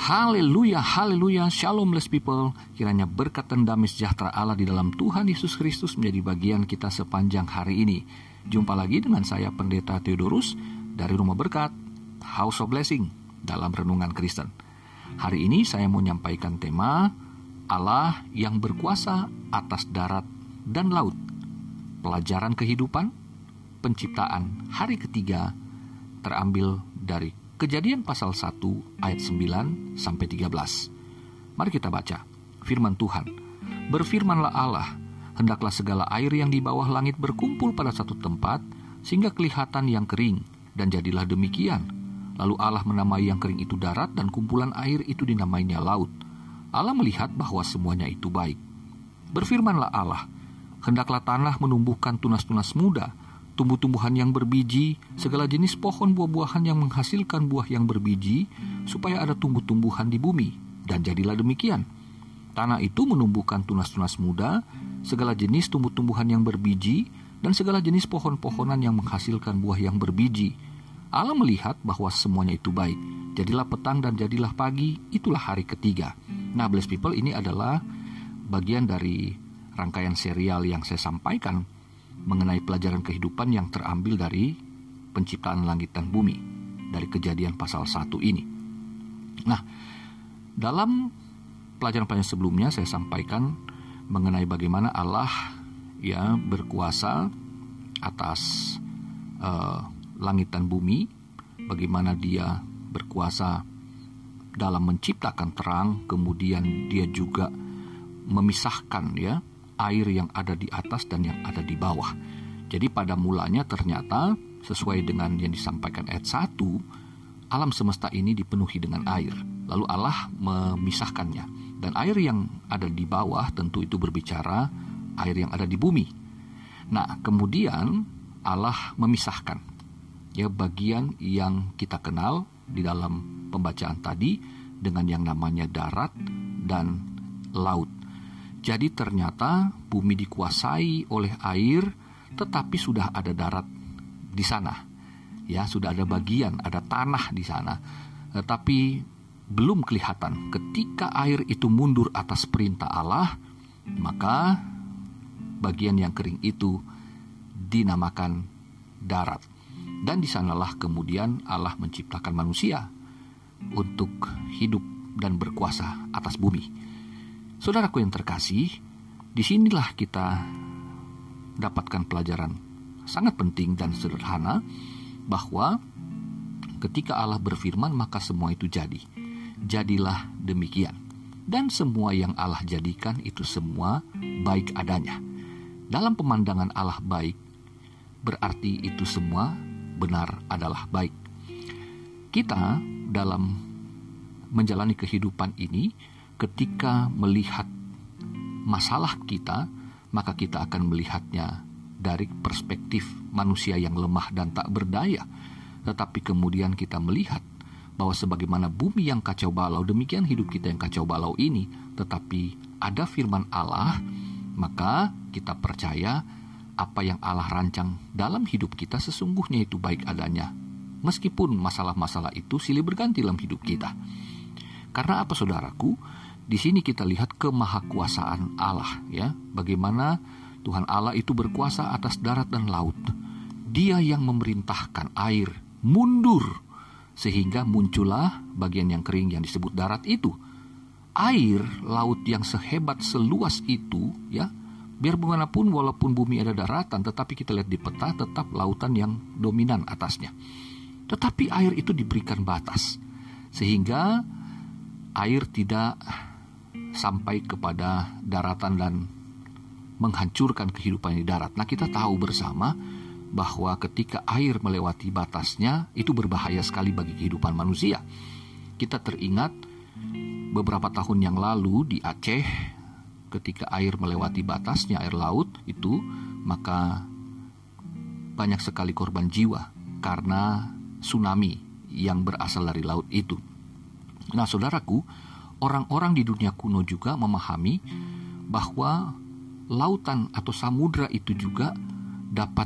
Haleluya, haleluya, shalom blessed people. Kiranya berkat dan damai sejahtera Allah di dalam Tuhan Yesus Kristus menjadi bagian kita sepanjang hari ini. Jumpa lagi dengan saya Pendeta Theodorus dari Rumah Berkat, House of Blessing, dalam Renungan Kristen. Hari ini saya mau menyampaikan tema Allah yang berkuasa atas darat dan laut. Pelajaran kehidupan, penciptaan hari ketiga, terambil dari Kejadian pasal 1 ayat 9 sampai 13. Mari kita baca firman Tuhan. Berfirmanlah Allah, hendaklah segala air yang di bawah langit berkumpul pada satu tempat, sehingga kelihatan yang kering, dan jadilah demikian. Lalu Allah menamai yang kering itu darat, dan kumpulan air itu dinamainya laut. Allah melihat bahwa semuanya itu baik. Berfirmanlah Allah, hendaklah tanah menumbuhkan tunas-tunas muda, tumbuh-tumbuhan yang berbiji, segala jenis pohon buah-buahan yang menghasilkan buah yang berbiji, supaya ada tumbuh-tumbuhan di bumi. Dan jadilah demikian. Tanah itu menumbuhkan tunas-tunas muda, segala jenis tumbuh-tumbuhan yang berbiji, dan segala jenis pohon-pohonan yang menghasilkan buah yang berbiji. Allah melihat bahwa semuanya itu baik. Jadilah petang dan jadilah pagi, itulah hari ketiga. Nah, blessed people, ini adalah bagian dari rangkaian serial yang saya sampaikan mengenai pelajaran kehidupan yang terambil dari penciptaan langit dan bumi, dari Kejadian pasal 1 ini. Nah, dalam pelajaran-pelajaran sebelumnya saya sampaikan mengenai bagaimana Allah ya berkuasa atas langit dan bumi, bagaimana Dia berkuasa dalam menciptakan terang, kemudian Dia juga memisahkan ya air yang ada di atas dan yang ada di bawah. Jadi pada mulanya ternyata sesuai dengan yang disampaikan ayat 1, alam semesta ini dipenuhi dengan air. Lalu Allah memisahkannya. Dan air yang ada di bawah tentu itu berbicara air yang ada di bumi. Nah, kemudian Allah memisahkan ya bagian yang kita kenal di dalam pembacaan tadi dengan yang namanya darat dan laut. Jadi ternyata bumi dikuasai oleh air, tetapi sudah ada darat di sana. Ya, sudah ada bagian, ada tanah di sana. Tetapi belum kelihatan. Ketika air itu mundur atas perintah Allah, maka bagian yang kering itu dinamakan darat. Dan di sanalah kemudian Allah menciptakan manusia untuk hidup dan berkuasa atas bumi. Saudaraku yang terkasih, disinilah kita dapatkan pelajaran sangat penting dan sederhana bahwa ketika Allah berfirman maka semua itu jadi. Jadilah demikian. Dan semua yang Allah jadikan itu semua baik adanya. Dalam pemandangan Allah baik, berarti itu semua benar adalah baik. Kita dalam menjalani kehidupan ini, ketika melihat masalah kita, maka kita akan melihatnya dari perspektif manusia yang lemah dan tak berdaya. Tetapi kemudian kita melihat bahwa sebagaimana bumi yang kacau balau, demikian hidup kita yang kacau balau ini. Tetapi ada firman Allah, maka kita percaya apa yang Allah rancang dalam hidup kita sesungguhnya itu baik adanya. Meskipun masalah-masalah itu silih berganti dalam hidup kita. Karena apa, saudaraku? Di sini kita lihat kemahakuasaan Allah ya. Bagaimana Tuhan Allah itu berkuasa atas darat dan laut. Dia yang memerintahkan air mundur sehingga muncullah bagian yang kering yang disebut darat itu. Air laut yang sehebat seluas itu ya, biar bagaimanapun walaupun bumi ada daratan, tetapi kita lihat di peta tetap lautan yang dominan atasnya. Tetapi air itu diberikan batas sehingga air tidak sampai kepada daratan dan menghancurkan kehidupan di darat. Nah, kita tahu bersama bahwa ketika air melewati batasnya, itu berbahaya sekali bagi kehidupan manusia. Kita teringat beberapa tahun yang lalu di Aceh, ketika air melewati batasnya, air laut itu, maka banyak sekali korban jiwa karena tsunami yang berasal dari laut itu. Nah, saudaraku, orang-orang di dunia kuno juga memahami bahwa lautan atau samudra itu juga dapat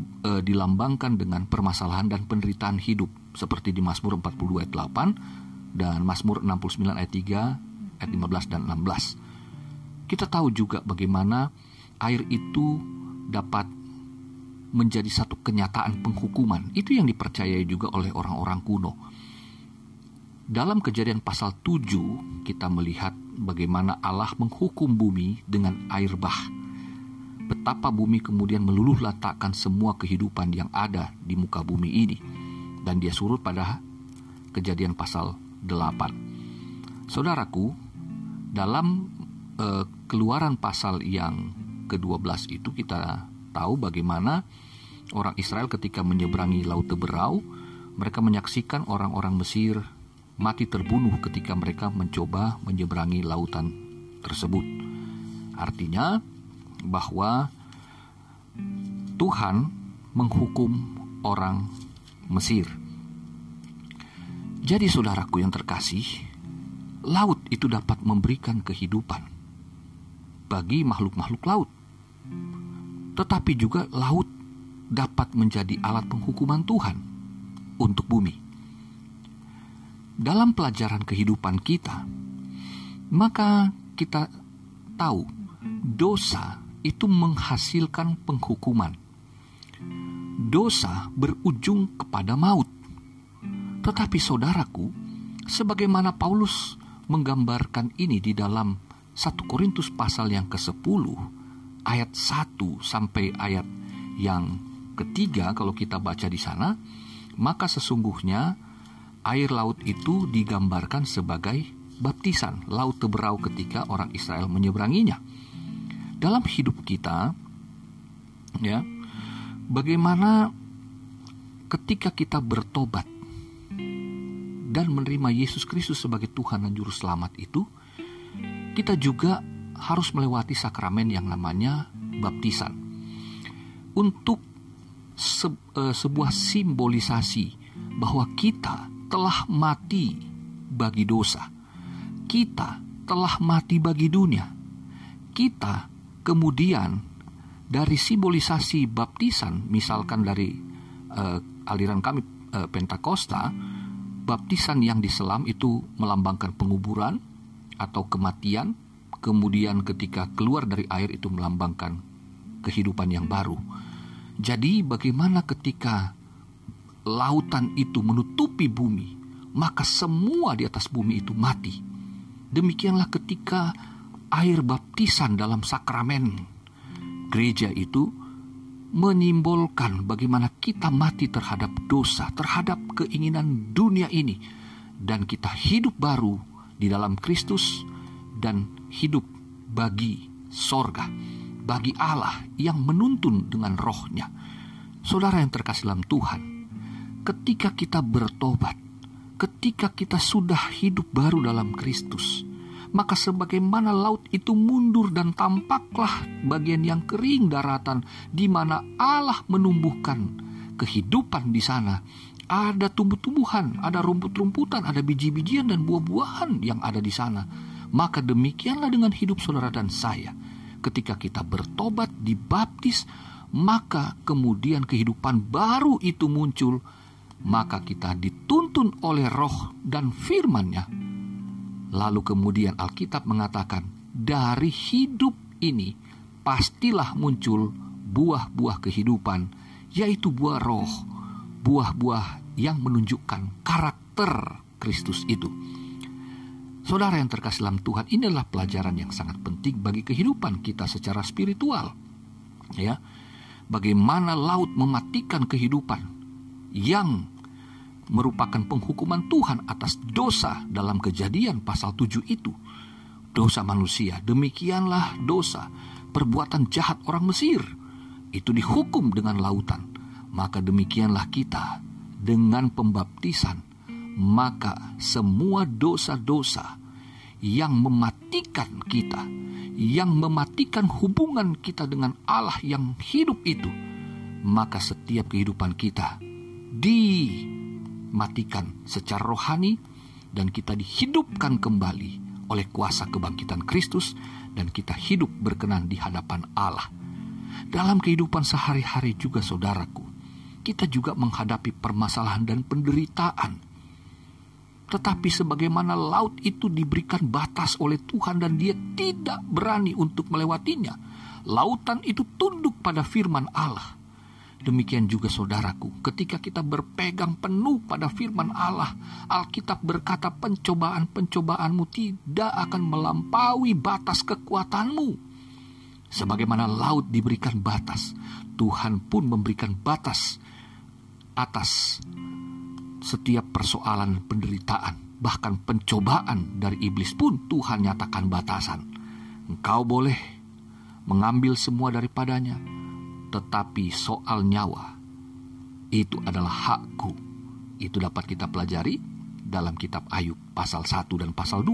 dilambangkan dengan permasalahan dan penderitaan hidup. Seperti di Mazmur 42 ayat 8, dan Mazmur 69 ayat 3, ayat 15 dan 16. Kita tahu juga bagaimana air itu dapat menjadi satu kenyataan penghukuman. Itu yang dipercayai juga oleh orang-orang kuno. Dalam Kejadian pasal 7, kita melihat bagaimana Allah menghukum bumi dengan air bah. Betapa bumi kemudian meluluh lantakkan semua kehidupan yang ada di muka bumi ini. Dan dia surut pada Kejadian pasal 8. Saudaraku, dalam Keluaran pasal yang ke-12 itu kita tahu bagaimana orang Israel ketika menyeberangi Laut Teberau, mereka menyaksikan orang-orang Mesir mati terbunuh ketika mereka mencoba menyeberangi lautan tersebut. Artinya bahwa Tuhan menghukum orang Mesir. Jadi saudaraku yang terkasih, laut itu dapat memberikan kehidupan bagi makhluk-makhluk laut. Tetapi juga laut dapat menjadi alat penghukuman Tuhan untuk bumi. Dalam pelajaran kehidupan kita, maka kita tahu dosa itu menghasilkan penghukuman. Dosa berujung kepada maut. Tetapi saudaraku, sebagaimana Paulus menggambarkan ini di dalam 1 Korintus pasal yang ke-10 ayat 1 sampai ayat yang ketiga, kalau kita baca di sana, maka sesungguhnya air laut itu digambarkan sebagai baptisan Laut Teberau ketika orang Israel menyeberanginya. Dalam hidup kita, ya, bagaimana ketika kita bertobat dan menerima Yesus Kristus sebagai Tuhan dan Juru Selamat itu, kita juga harus melewati sakramen yang namanya baptisan. Untuk sebuah simbolisasi bahwa kita telah mati bagi dosa. Kita telah mati bagi dunia. Kita kemudian dari simbolisasi baptisan, misalkan dari aliran kami Pentakosta, baptisan yang diselam itu melambangkan penguburan atau kematian, kemudian ketika keluar dari air itu melambangkan kehidupan yang baru. Jadi bagaimana ketika lautan itu menutupi bumi, maka semua di atas bumi itu mati. Demikianlah ketika air baptisan dalam sakramen gereja itu menyimbolkan bagaimana kita mati terhadap dosa, terhadap keinginan dunia ini, dan kita hidup baru di dalam Kristus dan hidup bagi sorga, bagi Allah yang menuntun dengan rohnya. Saudara yang terkasih dalam Tuhan, ketika kita bertobat, ketika kita sudah hidup baru dalam Kristus, maka sebagaimana laut itu mundur dan tampaklah bagian yang kering daratan di mana Allah menumbuhkan kehidupan di sana. Ada tumbuh-tumbuhan, ada rumput-rumputan, ada biji-bijian dan buah-buahan yang ada di sana. Maka demikianlah dengan hidup saudara dan saya. Ketika kita bertobat, dibaptis, maka kemudian kehidupan baru itu muncul. Maka kita dituntun oleh roh dan firman-Nya. Lalu kemudian Alkitab mengatakan, dari hidup ini pastilah muncul buah-buah kehidupan, yaitu buah roh, buah-buah yang menunjukkan karakter Kristus itu. Saudara yang terkasih dalam Tuhan, inilah pelajaran yang sangat penting bagi kehidupan kita secara spiritual. Ya, bagaimana laut mematikan kehidupan yang merupakan penghukuman Tuhan atas dosa dalam Kejadian pasal 7 itu. Dosa manusia, demikianlah dosa, perbuatan jahat orang Mesir, itu dihukum dengan lautan. Maka demikianlah kita dengan pembaptisan, maka semua dosa-dosa yang mematikan kita, yang mematikan hubungan kita dengan Allah yang hidup itu, maka setiap kehidupan kita dimatikan secara rohani dan kita dihidupkan kembali oleh kuasa kebangkitan Kristus dan kita hidup berkenan di hadapan Allah. Dalam kehidupan sehari-hari juga saudaraku, kita juga menghadapi permasalahan dan penderitaan. Tetapi sebagaimana laut itu diberikan batas oleh Tuhan dan dia tidak berani untuk melewatinya, lautan itu tunduk pada firman Allah. Demikian juga saudaraku, ketika kita berpegang penuh pada firman Allah, Alkitab berkata pencobaan-pencobaanmu tidak akan melampaui batas kekuatanmu. Sebagaimana laut diberikan batas, Tuhan pun memberikan batas atas setiap persoalan penderitaan, bahkan pencobaan dari iblis pun Tuhan nyatakan batasan. Engkau boleh mengambil semua daripadanya, tetapi soal nyawa itu adalah hakku. Itu dapat kita pelajari dalam kitab Ayub pasal 1 dan pasal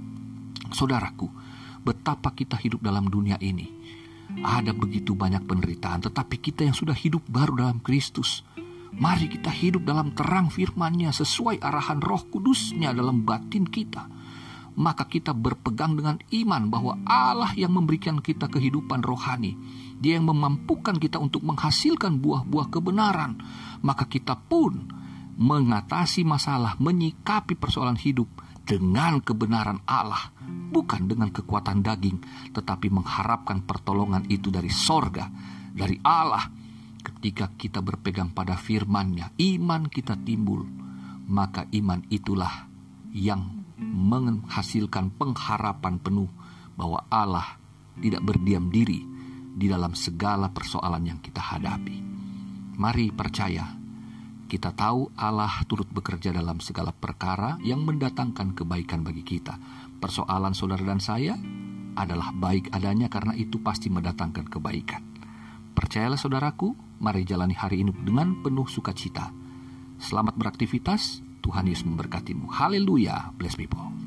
2. Saudaraku, betapa kita hidup dalam dunia ini. Ada begitu banyak penderitaan, tetapi kita yang sudah hidup baru dalam Kristus, mari kita hidup dalam terang firman-Nya sesuai arahan Roh Kudus-Nya dalam batin kita. Maka kita berpegang dengan iman bahwa Allah yang memberikan kita kehidupan rohani, Dia yang memampukan kita untuk menghasilkan buah-buah kebenaran. Maka kita pun mengatasi masalah, menyikapi persoalan hidup dengan kebenaran Allah, bukan dengan kekuatan daging, tetapi mengharapkan pertolongan itu dari sorga, dari Allah. Ketika kita berpegang pada firman-Nya, iman kita timbul. Maka iman itulah yang menghasilkan pengharapan penuh bahwa Allah tidak berdiam diri di dalam segala persoalan yang kita hadapi. Mari percaya, kita tahu Allah turut bekerja dalam segala perkara yang mendatangkan kebaikan bagi kita. Persoalan saudara dan saya adalah baik adanya karena itu pasti mendatangkan kebaikan. Percayalah saudaraku, mari jalani hari ini dengan penuh sukacita. Selamat beraktivitas, Tuhan Yesus memberkatimu. Haleluya, bless people.